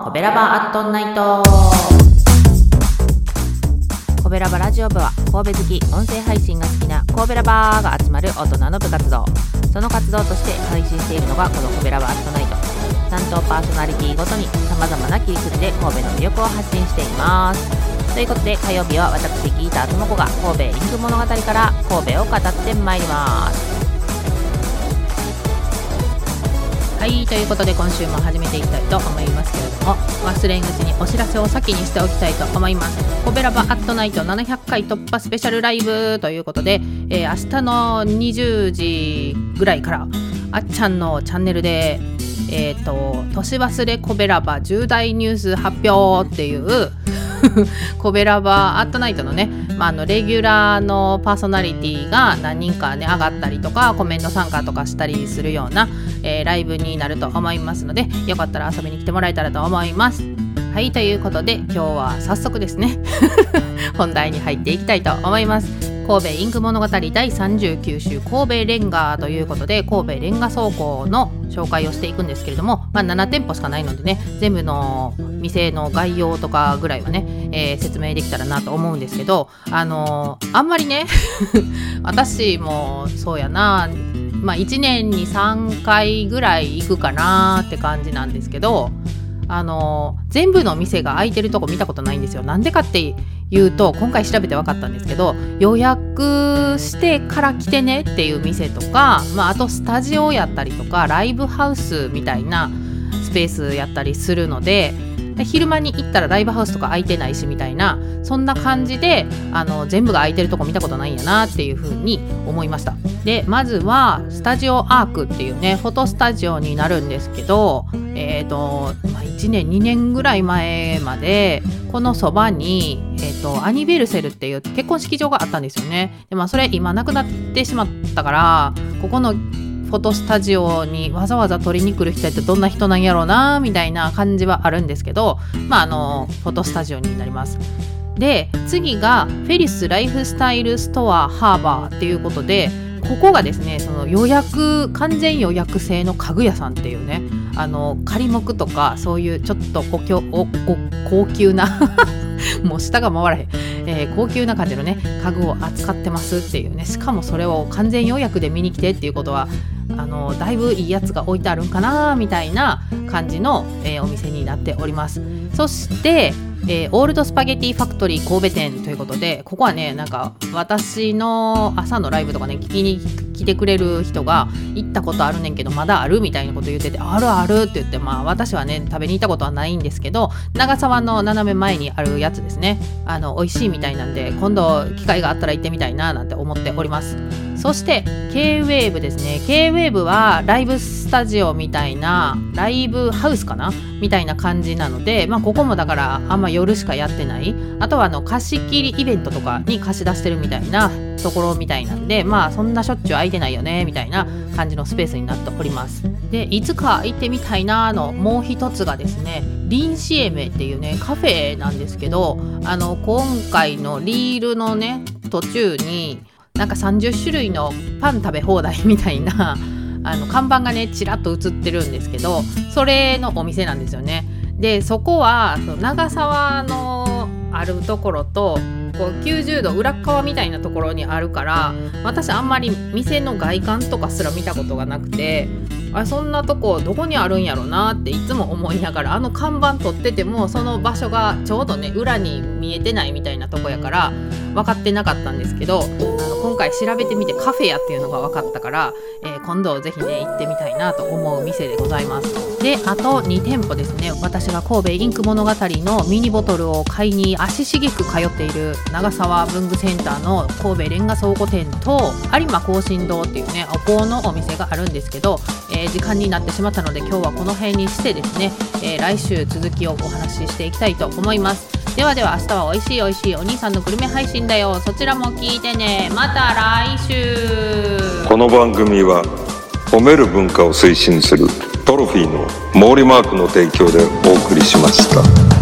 コベラバアットナイト。コベラバラジオ部は神戸好き、音声配信が好きなコベラバーが集まる大人の部活動。その活動として配信しているのがこのコベラバアットナイト。担当パーソナリティごとに様々な切り口で神戸の魅力を発信しています。ということで火曜日は私ギーターともこが神戸リンク物語から神戸を語ってまいります。はい、ということで今週も始めていきたいと思いますけれども、忘れんうちにお知らせを先にしておきたいと思います。コベラバアットナイト700回突破スペシャルライブということで、明日の20時ぐらいからあっちゃんのチャンネルで年忘れコベラバ重大ニュース発表っていうコベラバアットナイトのね、レギュラーのパーソナリティが何人かね上がったりとかコメント参加とかしたりするような、ライブになると思いますので、よかったら遊びに来てもらえたらと思います。はい、ということで今日は早速ですね本題に入っていきたいと思います。神戸インク物語第39週神戸レンガということで、神戸レンガ倉庫の紹介をしていくんですけれども、7店舗しかないのでね、全部の店の概要とかぐらいはね、説明できたらなと思うんですけど、あんまりね私もそうやな、1年に3回ぐらい行くかなって感じなんですけど、全部の店が開いてるとこ見たことないんですよ。なんでかっていうと、今回調べて分かったんですけど、予約してから来てねっていう店とか、あとスタジオやったりとかライブハウスみたいなスペースやったりするので、昼間に行ったらライブハウスとか空いてないしみたいな、そんな感じで全部が空いてるとこ見たことないんやなっていう風に思いました。でまずはスタジオアークっていうねフォトスタジオになるんですけど、1年2年ぐらい前までこのそばに、アニベルセルっていう結婚式場があったんですよね。で、それ今なくなってしまったから、ここのフォトスタジオにわざわざ撮りに来る人ってどんな人なんやろうなみたいな感じはあるんですけど、フォトスタジオになります。で次がフェリスライフスタイルストアハーバーっていうことで、ここがですね、その完全予約制の家具屋さんっていうね、仮木とかそういうちょっと高級なもう下が回らへん、高級な感じのね家具を扱ってますっていうね。しかもそれを完全予約で見に来てっていうことは、だいぶいいやつが置いてあるんかなみたいな感じの、お店になっております。そしてオールドスパゲティファクトリー神戸店ということで、ここはね、なんか私の朝のライブとかね聞きに来てくれる人が行ったことあるねんけどまだあるみたいなこと言ってて、あるあるって言って、私はね食べに行ったことはないんですけど、長沢の斜め前にあるやつですね、美味しいみたいなんで、今度機会があったら行ってみたいななんて思っております。そして K-WAVE ですね。 K-WAVE はライブスタジオみたいな、ライブハウスかなみたいな感じなので、ここもだからあんま夜しかやってない、あとは貸し切りイベントとかに貸し出してるみたいなところみたいなんで、そんなしょっちゅう空いてないよねみたいな感じのスペースになっております。でいつか行ってみたいなのもう一つがですね、リンシエメっていうねカフェなんですけど、今回のリールのね途中になんか30種類のパン食べ放題みたいな看板がねちらっと映ってるんですけど、それのお店なんですよね。でそこは長沢のあるところと90度裏側みたいなところにあるから、私あんまり店の外観とかすら見たことがなくて、そんなとこどこにあるんやろなっていつも思いながら、看板撮っててもその場所がちょうどね裏に見えてないみたいなとこやから分かってなかったんですけど、今回調べてみてカフェやっていうのが分かったから、今度ぜひね行ってみたいなと思う店でございます。であと2店舗ですね、私が神戸インク物語のミニボトルを買いに足しげく通っている長沢文具センターの神戸レンガ倉庫店と有馬庚申堂っていうねお香のお店があるんですけど、時間になってしまったので今日はこの辺にしてですね、来週続きをお話ししていきたいと思います。では明日はおいしいお兄さんのグルメ配信だよ。そちらも聞いてね。また来週。 この番組は褒める文化を推進するトロフィーの毛利マークの提供でお送りしました。